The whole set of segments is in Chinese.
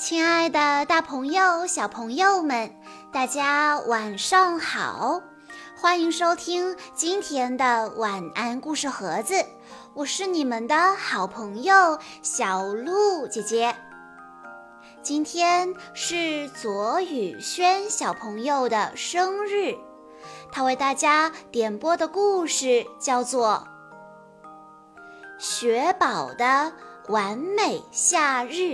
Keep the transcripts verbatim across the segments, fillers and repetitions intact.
亲爱的大朋友、小朋友们，大家晚上好！欢迎收听今天的晚安故事盒子，我是你们的好朋友小鹿姐姐。今天是左宇轩小朋友的生日，他为大家点播的故事叫做《雪宝的完美夏日》。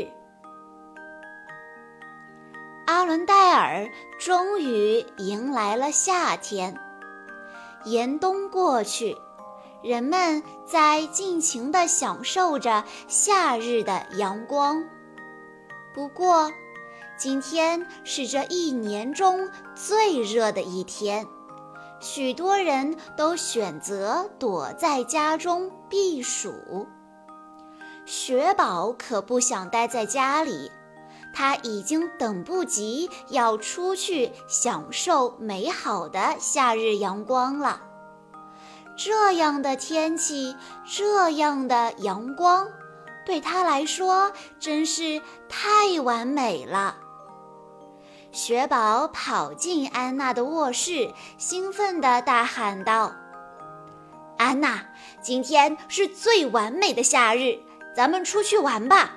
阿伦戴尔终于迎来了夏天，严冬过去，人们在尽情地享受着夏日的阳光。不过，今天是这一年中最热的一天，许多人都选择躲在家中避暑。雪宝可不想待在家里，他已经等不及要出去享受美好的夏日阳光了。这样的天气，这样的阳光，对他来说真是太完美了。雪宝跑进安娜的卧室，兴奋地大喊道：安娜，今天是最完美的夏日，咱们出去玩吧。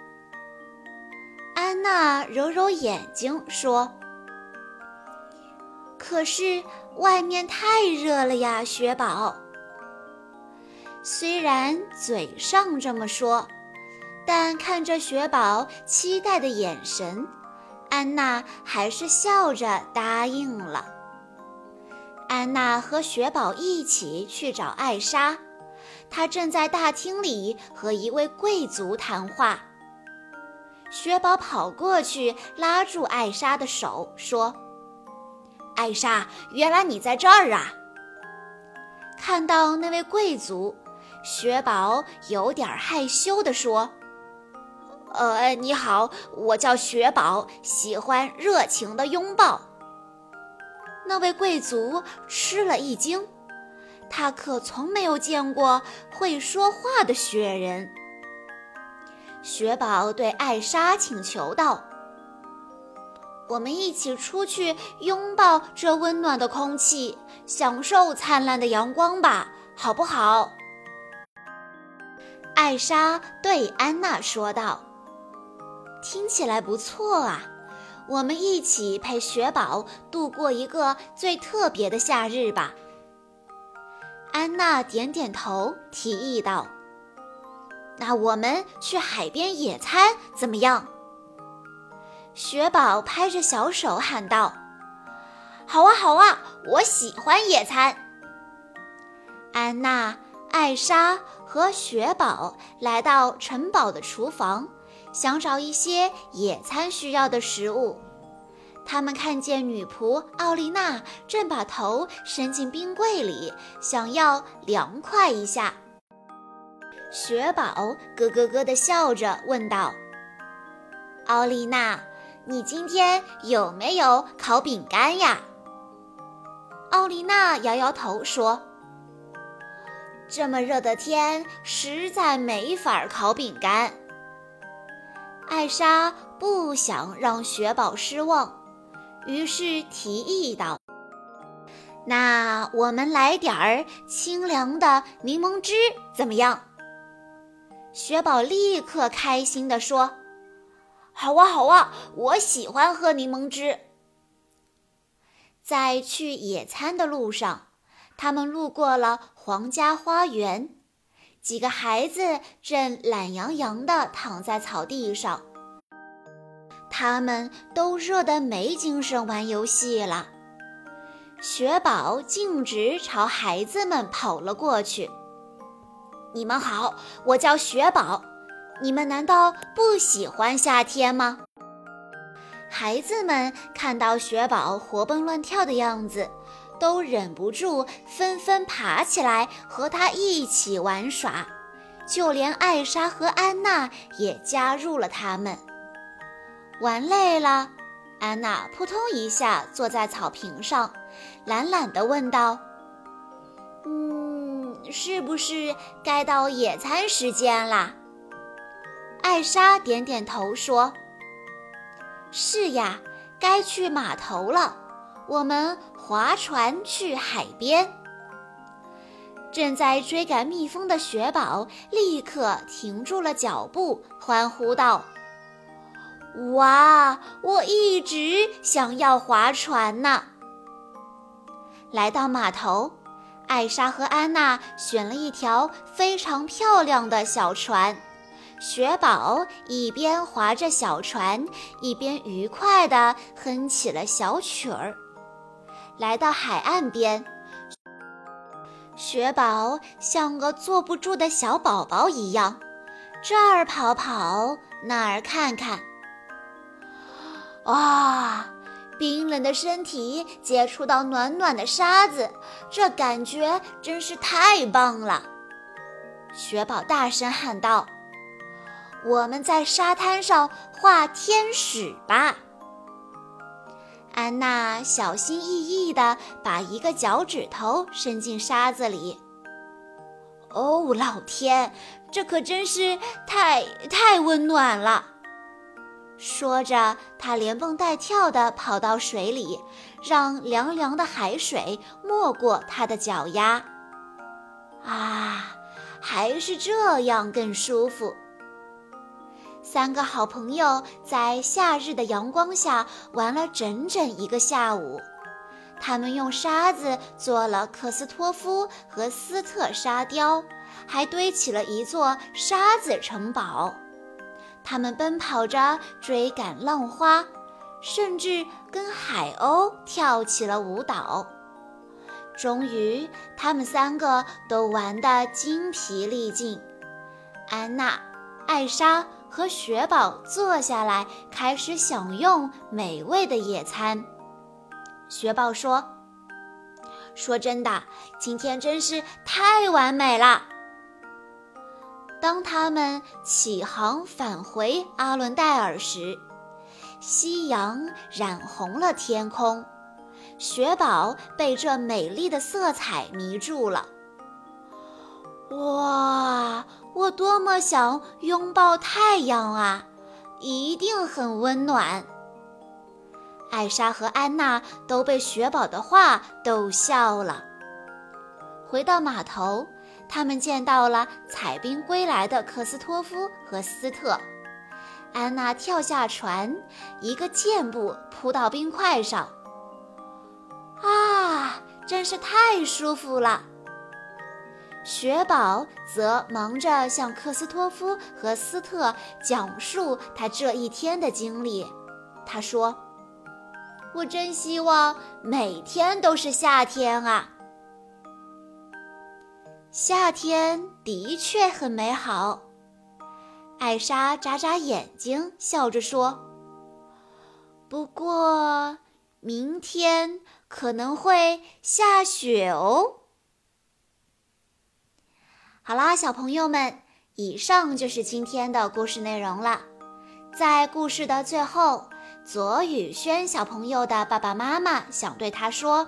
安娜揉揉眼睛说：可是外面太热了呀，雪宝。虽然嘴上这么说，但看着雪宝期待的眼神，安娜还是笑着答应了。安娜和雪宝一起去找艾莎，她正在大厅里和一位贵族谈话。雪宝跑过去拉住艾莎的手说：艾莎，原来你在这儿啊。看到那位贵族，雪宝有点害羞地说：呃，你好，我叫雪宝，喜欢热情的拥抱。那位贵族吃了一惊，他可从没有见过会说话的雪人。雪宝对艾莎请求道：我们一起出去拥抱这温暖的空气，享受灿烂的阳光吧，好不好？艾莎对安娜说道：听起来不错啊，我们一起陪雪宝度过一个最特别的夏日吧。安娜点点头，提议道：那我们去海边野餐怎么样？雪宝拍着小手喊道：好啊好啊，我喜欢野餐。安娜、艾莎和雪宝来到城堡的厨房，想找一些野餐需要的食物。他们看见女仆奥丽娜正把头伸进冰柜里，想要凉快一下。雪宝咯咯咯地笑着问道：奥丽娜，你今天有没有烤饼干呀？奥丽娜摇摇头说：这么热的天，实在没法烤饼干。艾莎不想让雪宝失望，于是提议道：那我们来点儿清凉的柠檬汁怎么样？雪宝立刻开心地说：好啊好啊，我喜欢喝柠檬汁。在去野餐的路上，他们路过了皇家花园，几个孩子正懒洋洋地躺在草地上，他们都热得没精神玩游戏了。雪宝径直朝孩子们跑了过去：你们好，我叫雪宝，你们难道不喜欢夏天吗？孩子们看到雪宝活蹦乱跳的样子，都忍不住纷纷爬起来和他一起玩耍，就连艾莎和安娜也加入了他们。玩累了，安娜扑通一下坐在草坪上，懒懒地问道：嗯，是不是该到野餐时间啦？艾莎点点头说： 是呀，该去码头了，我们划船去海边。正在追赶蜜蜂的雪宝立刻停住了脚步，欢呼道：哇，我一直想要划船呢！来到码头，艾莎和安娜选了一条非常漂亮的小船，雪宝一边划着小船，一边愉快地哼起了小曲儿。来到海岸边，雪宝像个坐不住的小宝宝一样，这儿跑跑，那儿看看。啊，冰冷的身体接触到暖暖的沙子，这感觉真是太棒了！雪宝大声喊道：我们在沙滩上画天使吧！安娜小心翼翼地把一个脚趾头伸进沙子里。哦，老天，这可真是太太温暖了！说着，她连蹦带跳地跑到水里，让凉凉的海水没过她的脚丫。啊，还是这样更舒服。三个好朋友在夏日的阳光下玩了整整一个下午。他们用沙子做了克斯托夫和斯特沙雕，还堆起了一座沙子城堡。他们奔跑着追赶浪花，甚至跟海鸥跳起了舞蹈。终于，他们三个都玩得精疲力尽。安娜、艾莎和雪宝坐下来，开始享用美味的野餐。雪宝说：说真的，今天真是太完美了。当他们起航返回阿伦戴尔时，夕阳染红了天空，雪宝被这美丽的色彩迷住了。哇，我多么想拥抱太阳啊，一定很温暖。艾莎和安娜都被雪宝的话逗笑了。回到码头，他们见到了采冰归来的克斯托夫和斯特。安娜跳下船，一个箭步扑到冰块上。啊，真是太舒服了！雪宝则忙着向克斯托夫和斯特讲述他这一天的经历。他说：我真希望每天都是夏天啊！夏天的确很美好。艾莎眨眨眼睛，笑着说：不过明天可能会下雪哦。好啦，小朋友们，以上就是今天的故事内容了。在故事的最后，左宇轩小朋友的爸爸妈妈想对他说：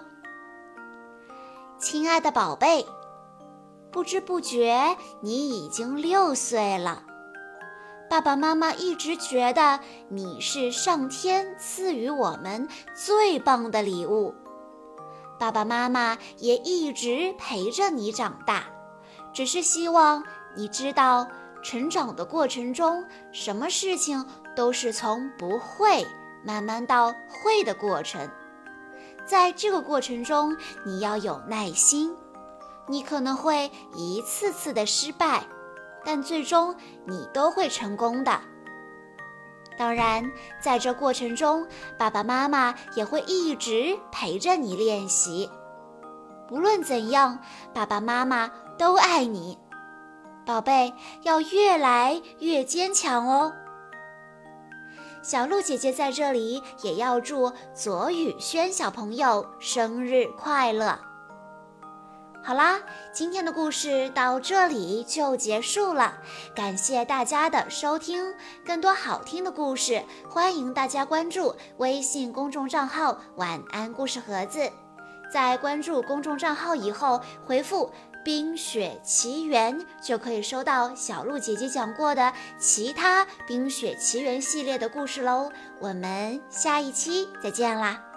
亲爱的宝贝，不知不觉你已经六岁了。爸爸妈妈一直觉得你是上天赐予我们最棒的礼物。爸爸妈妈也一直陪着你长大，只是希望你知道，成长的过程中，什么事情都是从不会慢慢到会的过程。在这个过程中，你要有耐心，你可能会一次次的失败，但最终你都会成功的。当然，在这过程中，爸爸妈妈也会一直陪着你练习。无论怎样，爸爸妈妈都爱你。宝贝，要越来越坚强哦。小鹿姐姐在这里也要祝左宇轩小朋友生日快乐。好啦，今天的故事到这里就结束了，感谢大家的收听。更多好听的故事，欢迎大家关注微信公众账号晚安故事盒子。在关注公众账号以后，回复冰雪奇缘》就可以收到小鹿姐姐讲过的其他《冰雪奇缘》系列的故事喽。我们下一期再见啦！